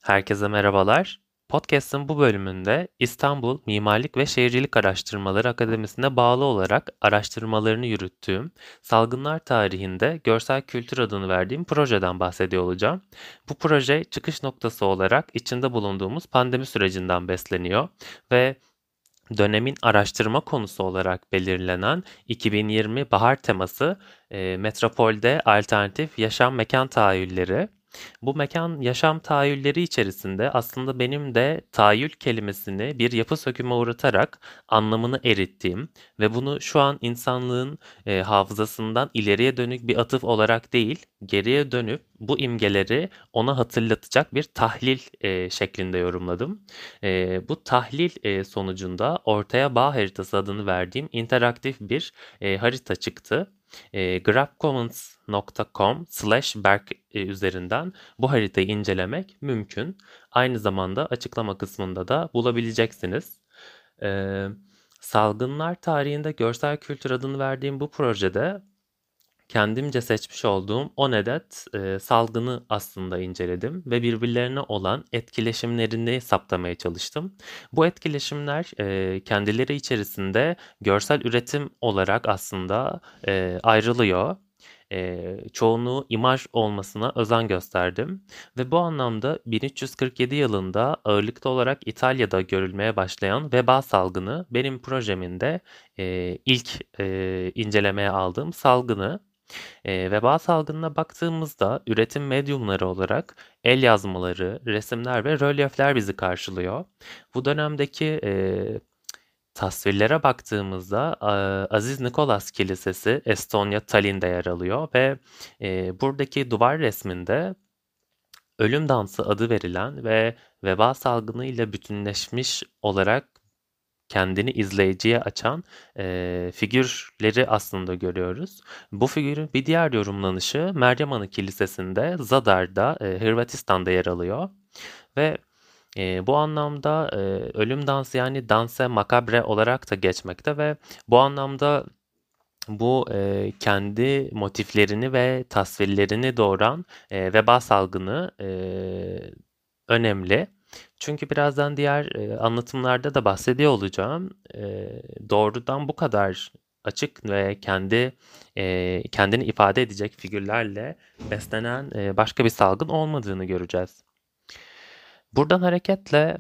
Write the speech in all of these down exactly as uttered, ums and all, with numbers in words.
Herkese merhabalar. Podcast'ın bu bölümünde İstanbul Mimarlık ve Şehircilik Araştırmaları Akademisi'ne bağlı olarak araştırmalarını yürüttüğüm salgınlar tarihinde görsel kültür adını verdiğim projeden bahsediyor olacağım. Bu proje çıkış noktası olarak içinde bulunduğumuz pandemi sürecinden besleniyor ve dönemin araştırma konusu olarak belirlenen iki bin yirmi bahar teması e, metropolde alternatif yaşam mekan tahayyülleri. Bu mekan yaşam tahayyülleri içerisinde aslında benim de tahayyül kelimesini bir yapı söküme uğratarak anlamını erittiğim ve bunu şu an insanlığın e, hafızasından ileriye dönük bir atıf olarak değil, geriye dönüp bu imgeleri ona hatırlatacak bir tahlil e, şeklinde yorumladım. E, bu tahlil e, sonucunda ortaya bağ haritası adını verdiğim interaktif bir e, harita çıktı. E, grapcommons nokta com slash berk e, üzerinden bu haritayı incelemek mümkün. Aynı zamanda açıklama kısmında da bulabileceksiniz. E, Salgınlar tarihinde görsel kültür adını verdiğim bu projede kendimce seçmiş olduğum on adet e, salgını aslında inceledim ve birbirlerine olan etkileşimlerini saptamaya çalıştım. Bu etkileşimler e, kendileri içerisinde görsel üretim olarak aslında e, ayrılıyor. E, çoğunluğu imaj olmasına özen gösterdim ve bu anlamda bin üç yüz kırk yedi yılında ağırlıklı olarak İtalya'da görülmeye başlayan veba salgını benim projemin de e, ilk e, incelemeye aldığım salgını. E, veba salgınına baktığımızda üretim medyumları olarak el yazmaları, resimler ve rölyefler bizi karşılıyor. Bu dönemdeki e, tasvirlere baktığımızda a- Aziz Nikolas Kilisesi Estonya Tallinn'de yer alıyor ve e, buradaki duvar resminde Ölüm Dansı adı verilen ve veba salgını ile bütünleşmiş olarak kendini izleyiciye açan e, figürleri aslında görüyoruz. Bu figürün bir diğer yorumlanışı Meryem Ana Kilisesi'nde Zadar'da, e, Hırvatistan'da yer alıyor ve e, bu anlamda e, ölüm dansı yani danse macabre olarak da geçmekte ve bu anlamda bu e, kendi motiflerini ve tasvirlerini doğuran e, veba salgını e, önemli. Çünkü birazdan diğer e, anlatımlarda da bahsediyor olacağım. E, doğrudan bu kadar açık ve kendi e, kendini ifade edecek figürlerle beslenen e, başka bir salgın olmadığını göreceğiz. Buradan hareketle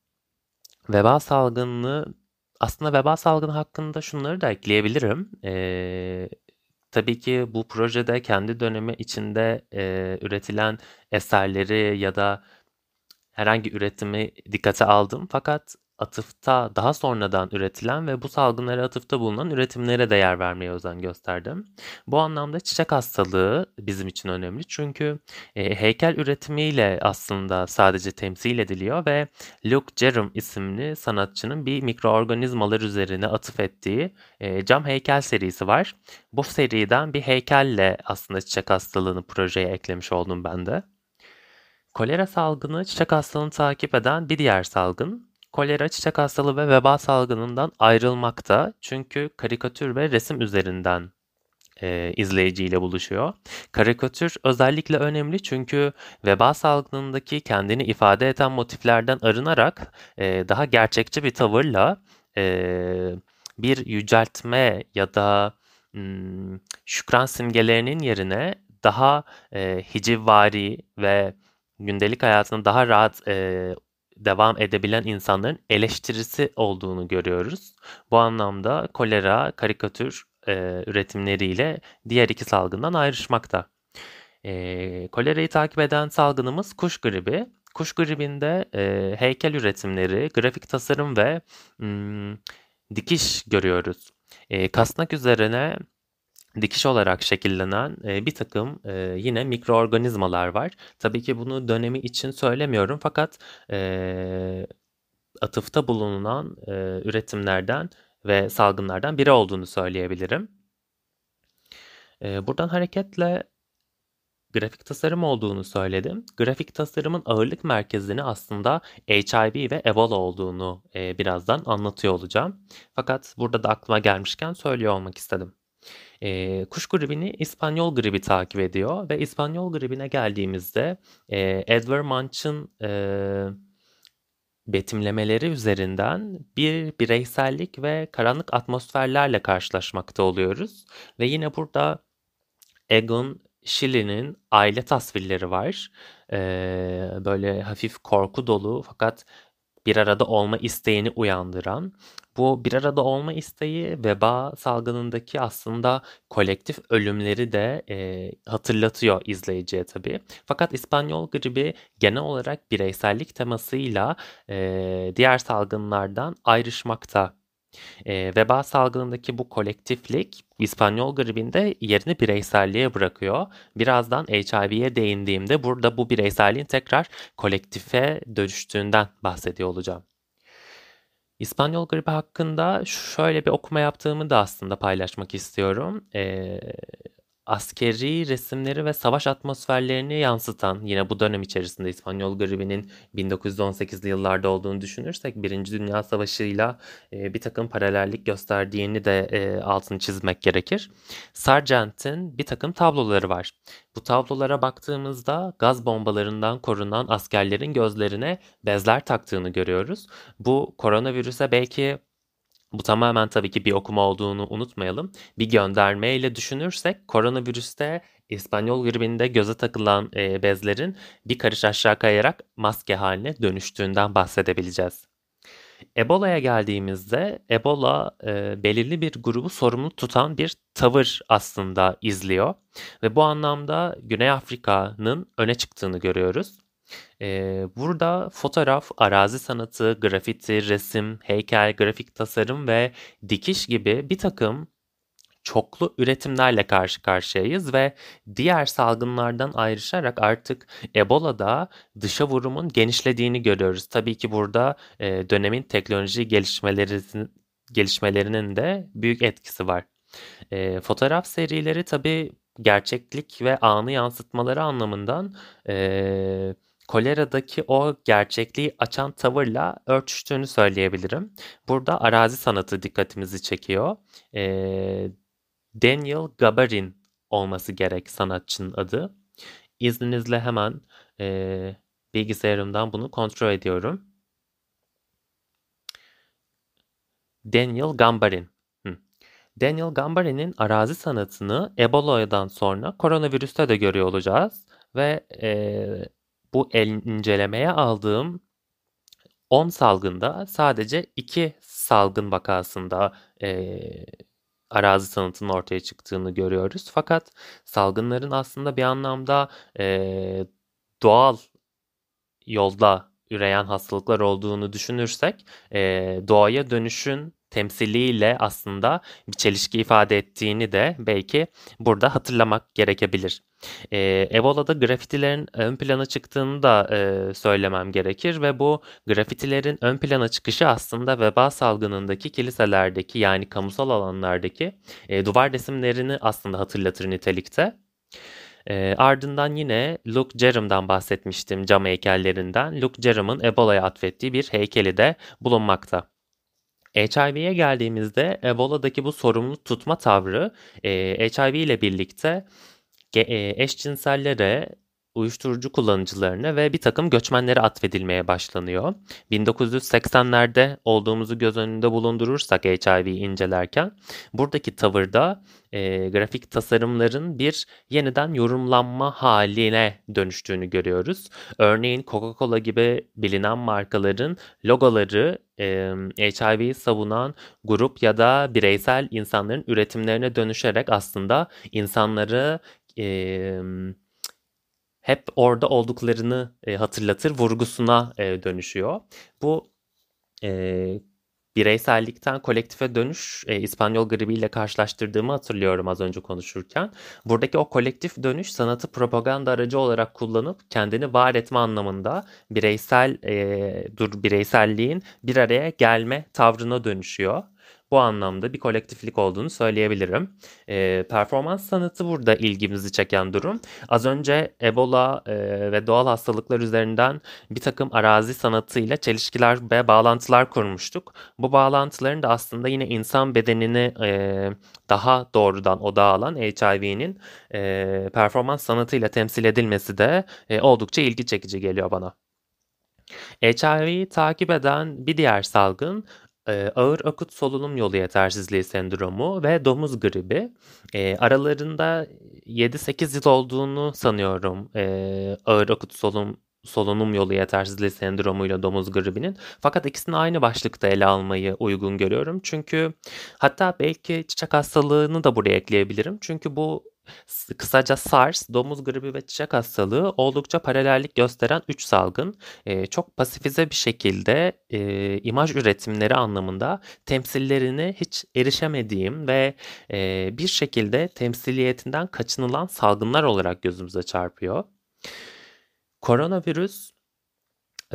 veba salgını aslında veba salgını hakkında şunları da ekleyebilirim. E, tabii ki bu projede kendi dönemi içinde e, üretilen eserleri ya da herhangi üretimi dikkate aldım fakat atıfta daha sonradan üretilen ve bu salgınlara atıfta bulunan üretimlere de yer vermeye özen gösterdim. Bu anlamda çiçek hastalığı bizim için önemli çünkü e, heykel üretimiyle aslında sadece temsil ediliyor ve Luke Jerome isimli sanatçının bir mikroorganizmalar üzerine atıf ettiği e, cam heykel serisi var. Bu seriden bir heykelle aslında çiçek hastalığını projeye eklemiş oldum ben de. Kolera salgını çiçek hastalığını takip eden bir diğer salgın. Kolera çiçek hastalığı ve veba salgınından ayrılmakta çünkü karikatür ve resim üzerinden e, izleyiciyle buluşuyor. Karikatür özellikle önemli çünkü veba salgınındaki kendini ifade eden motiflerden arınarak e, daha gerçekçi bir tavırla e, bir yüceltme ya da hmm, şükran simgelerinin yerine daha e, hicivvari ve gündelik hayatını daha rahat e, devam edebilen insanların eleştirisi olduğunu görüyoruz. Bu anlamda kolera, karikatür e, üretimleriyle diğer iki salgından ayrışmakta. E, kolerayı takip eden salgınımız kuş gribi. Kuş gribinde e, heykel üretimleri, grafik tasarım ve mm, dikiş görüyoruz. E, kasnak üzerine dikiş olarak şekillenen e, bir takım e, yine mikroorganizmalar var. Tabii ki bunu dönemi için söylemiyorum fakat e, atıfta bulunan e, üretimlerden ve salgınlardan biri olduğunu söyleyebilirim. E, buradan hareketle grafik tasarım olduğunu söyledim. Grafik tasarımın ağırlık merkezini aslında H I V ve Ebola olduğunu e, birazdan anlatıyor olacağım. Fakat burada da aklıma gelmişken söylüyor olmak istedim. E, kuş gribini İspanyol gribi takip ediyor ve İspanyol gribine geldiğimizde e, Edvard Munch'ın e, betimlemeleri üzerinden bir bireysellik ve karanlık atmosferlerle karşılaşmakta oluyoruz. Ve yine burada Egon Schillin'in aile tasvirleri var. Ee, böyle hafif korku dolu fakat bir arada olma isteğini uyandıran. Bu bir arada olma isteği veba salgınındaki aslında kolektif ölümleri de e, hatırlatıyor izleyiciye tabii. Fakat İspanyol gribi genel olarak bireysellik temasıyla e, diğer salgınlardan ayrışmakta. E, veba salgınındaki bu kolektiflik İspanyol gribinde yerini bireyselliğe bırakıyor. Birazdan H I V'ye değindiğimde burada bu bireyselliğin tekrar kolektife dönüştüğünden bahsediyor olacağım. İspanyol gribi hakkında şöyle bir okuma yaptığımı da aslında paylaşmak istiyorum. Ee, askeri resimleri ve savaş atmosferlerini yansıtan, yine bu dönem içerisinde İspanyol gribinin bin dokuz yüz on sekizli yıllarda olduğunu düşünürsek, Birinci Dünya Savaşı'yla e, bir takım paralellik gösterdiğini de e, altını çizmek gerekir. Sargent'in bir takım tabloları var. Bu tablolara baktığımızda gaz bombalarından korunan askerlerin gözlerine bezler taktığını görüyoruz. Bu koronavirüse belki, bu tamamen tabii ki bir okuma olduğunu unutmayalım, bir göndermeyle düşünürsek koronavirüste İspanyol gribinde göze takılan e, bezlerin bir karış aşağı kayarak maske haline dönüştüğünden bahsedebileceğiz. Ebola'ya geldiğimizde Ebola e, belirli bir grubu sorumlu tutan bir tavır aslında izliyor ve bu anlamda Güney Afrika'nın öne çıktığını görüyoruz. Ee, burada fotoğraf, arazi sanatı, grafiti, resim, heykel, grafik tasarım ve dikiş gibi bir takım çoklu üretimlerle karşı karşıyayız ve diğer salgınlardan ayrışarak artık Ebola'da dışa vurumun genişlediğini görüyoruz. Tabii ki burada e, dönemin teknoloji gelişmeleri, gelişmelerinin de büyük etkisi var. E, fotoğraf serileri tabii gerçeklik ve anı yansıtmaları anlamından e, koleradaki o gerçekliği açan tavırla örtüştüğünü söyleyebilirim. Burada arazi sanatı dikkatimizi çekiyor. E, Daniel Gabarin olması gerek sanatçının adı. İzninizle hemen e, bilgisayarımdan bunu kontrol ediyorum. Daniel Gambarin. Hı. Daniel Gambarin'in arazi sanatını Ebola'dan sonra koronavirüste de görüyor olacağız. Ve e, bu el incelemeye aldığım on salgında sadece iki salgın vakasında e, arazi sanatının ortaya çıktığını görüyoruz. Fakat salgınların aslında bir anlamda e, doğal yolda üreyen hastalıklar olduğunu düşünürsek e, doğaya dönüşün temsiliyle aslında bir çelişki ifade ettiğini de belki burada hatırlamak gerekebilir. E, Ebola'da grafitilerin ön plana çıktığını da e, söylemem gerekir ve bu grafitilerin ön plana çıkışı aslında veba salgınındaki kiliselerdeki, yani kamusal alanlardaki e, duvar resimlerini aslında hatırlatır nitelikte. E, ardından yine Luke Jerram'dan bahsetmiştim, cam heykellerinden. Luke Jerram'ın Ebola'ya atfettiği bir heykeli de bulunmakta. H I V'ye geldiğimizde Ebola'daki bu sorumlu tutma tavrı e, H I V ile birlikte e, eşcinsellere, uyuşturucu kullanıcılarına ve bir takım göçmenlere atfedilmeye başlanıyor. bin dokuz yüz seksenlerde olduğumuzu göz önünde bulundurursak H I V'yi incelerken, buradaki tavırda e, grafik tasarımların bir yeniden yorumlanma haline dönüştüğünü görüyoruz. Örneğin Coca-Cola gibi bilinen markaların logoları e, H I V'yi savunan grup ya da bireysel insanların üretimlerine dönüşerek aslında insanları e, hep orada olduklarını e, hatırlatır vurgusuna e, dönüşüyor. Bu e, bireysellikten kolektife dönüş e, İspanyol gribiyle karşılaştırdığımı hatırlıyorum az önce konuşurken. Buradaki o kolektif dönüş sanatı propaganda aracı olarak kullanıp kendini var etme anlamında bireysel e, dur bireyselliğin bir araya gelme tavrına dönüşüyor. bu anlamda bir kolektiflik olduğunu söyleyebilirim. E, performans sanatı burada ilgimizi çeken durum. Az önce Ebola e, ve doğal hastalıklar üzerinden bir takım arazi sanatıyla çelişkiler ve bağlantılar kurmuştuk. Bu bağlantıların da aslında yine insan bedenini e, daha doğrudan odağa alan H I V'nin e, performans sanatıyla temsil edilmesi de e, oldukça ilgi çekici geliyor bana. H I V'yi takip eden bir diğer salgın e, ağır akut solunum yolu yetersizliği sendromu ve domuz gribi. E, aralarında yedi sekiz yıl olduğunu sanıyorum e, ağır akut solunum solunum yolu yetersizliği sendromuyla domuz gribinin. Fakat ikisini aynı başlıkta ele almayı uygun görüyorum. Çünkü hatta belki çiçek hastalığını da buraya ekleyebilirim. Çünkü bu kısaca SARS, domuz gribi ve çiçek hastalığı oldukça paralellik gösteren üç salgın. Ee, çok pasifize bir şekilde e, imaj üretimleri anlamında temsillerine hiç erişemediğim ve e, bir şekilde temsiliyetinden kaçınılan salgınlar olarak gözümüze çarpıyor. Koronavirüs e,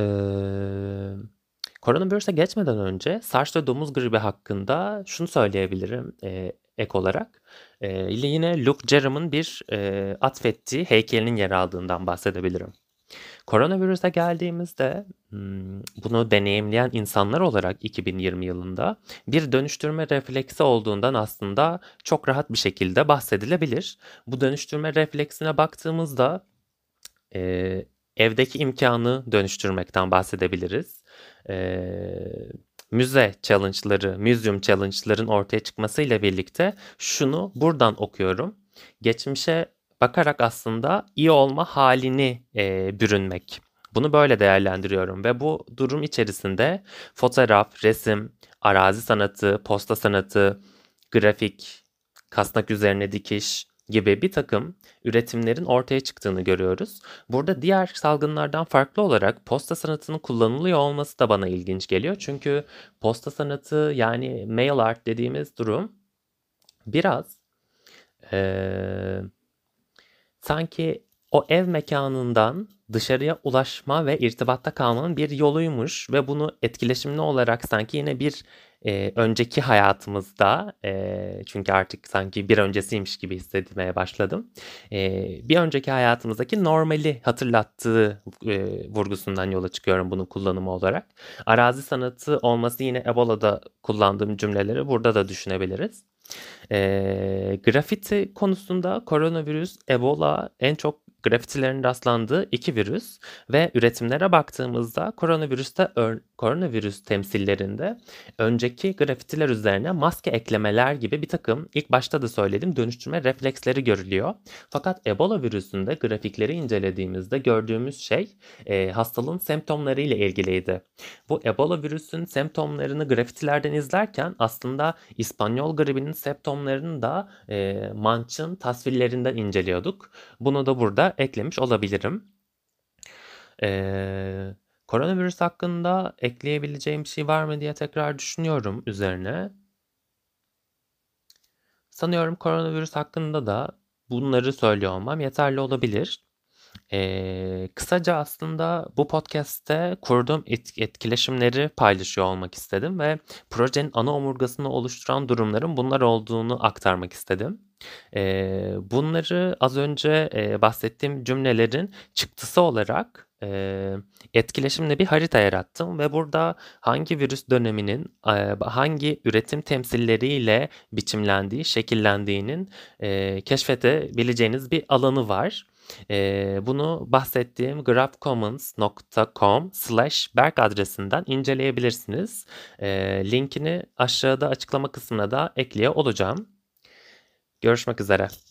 koronavirüse geçmeden önce SARS ve domuz gribi hakkında şunu söyleyebilirim e, ek olarak. E, yine Luke Jerram'ın bir e, atfettiği heykelinin yer aldığından bahsedebilirim. Koronavirüse geldiğimizde bunu deneyimleyen insanlar olarak iki bin yirmi yılında bir dönüştürme refleksi olduğundan aslında çok rahat bir şekilde bahsedilebilir. Bu dönüştürme refleksine baktığımızda e, evdeki imkanı dönüştürmekten bahsedebiliriz. E, müze challenge'ları, museum challenge'ların ortaya çıkmasıyla birlikte şunu buradan okuyorum. Geçmişe bakarak aslında iyi olma halini e, bürünmek. Bunu böyle değerlendiriyorum ve bu durum içerisinde fotoğraf, resim, arazi sanatı, posta sanatı, grafik, kasnak üzerine dikiş gibi bir takım üretimlerin ortaya çıktığını görüyoruz. Burada diğer salgınlardan farklı olarak posta sanatının kullanılıyor olması da bana ilginç geliyor. Çünkü posta sanatı yani mail art dediğimiz durum biraz ee, sanki o ev mekanından dışarıya ulaşma ve irtibatta kalmanın bir yoluymuş ve bunu etkileşimli olarak sanki yine bir e, önceki hayatımızda e, çünkü artık sanki bir öncesiymiş gibi hissetmeye başladım. E, bir önceki hayatımızdaki normali hatırlattığı e, vurgusundan yola çıkıyorum bunun kullanımı olarak. Arazi sanatı olması yine Ebola'da kullandığım cümleleri burada da düşünebiliriz. E, grafiti konusunda koronavirüs, Ebola en çok grafitilerin rastlandığı iki virüs ve üretimlere baktığımızda koronavirüste ör, koronavirüs temsillerinde önceki grafitiler üzerine maske eklemeler gibi bir takım ilk başta da söylediğim dönüştürme refleksleri görülüyor. Fakat Ebola virüsünde grafikleri incelediğimizde gördüğümüz şey e, hastalığın semptomları ile ilgiliydi. Bu Ebola virüsün semptomlarını grafitilerden izlerken aslında İspanyol gribinin semptomlarını da e, Munch'ın tasvirlerinden inceliyorduk. Bunu da burada eklemiş olabilirim. Ee, koronavirüs hakkında ekleyebileceğim bir şey var mı diye tekrar düşünüyorum üzerine. Sanıyorum koronavirüs hakkında da bunları söylüyor olmam yeterli olabilir. Ee, kısaca aslında bu podcast'te kurduğum et- etkileşimleri paylaşıyor olmak istedim ve projenin ana omurgasını oluşturan durumların bunlar olduğunu aktarmak istedim. Ee, bunları az önce e, bahsettiğim cümlelerin çıktısı olarak e, etkileşimle bir harita yarattım ve burada hangi virüs döneminin e, hangi üretim temsilleriyle biçimlendiği, şekillendiğinin e, keşfedebileceğiniz bir alanı var. Ee, bunu bahsettiğim graphcommons nokta com slash berk adresinden inceleyebilirsiniz. Ee, linkini aşağıda açıklama kısmına da ekliyor olacağım. Görüşmek üzere.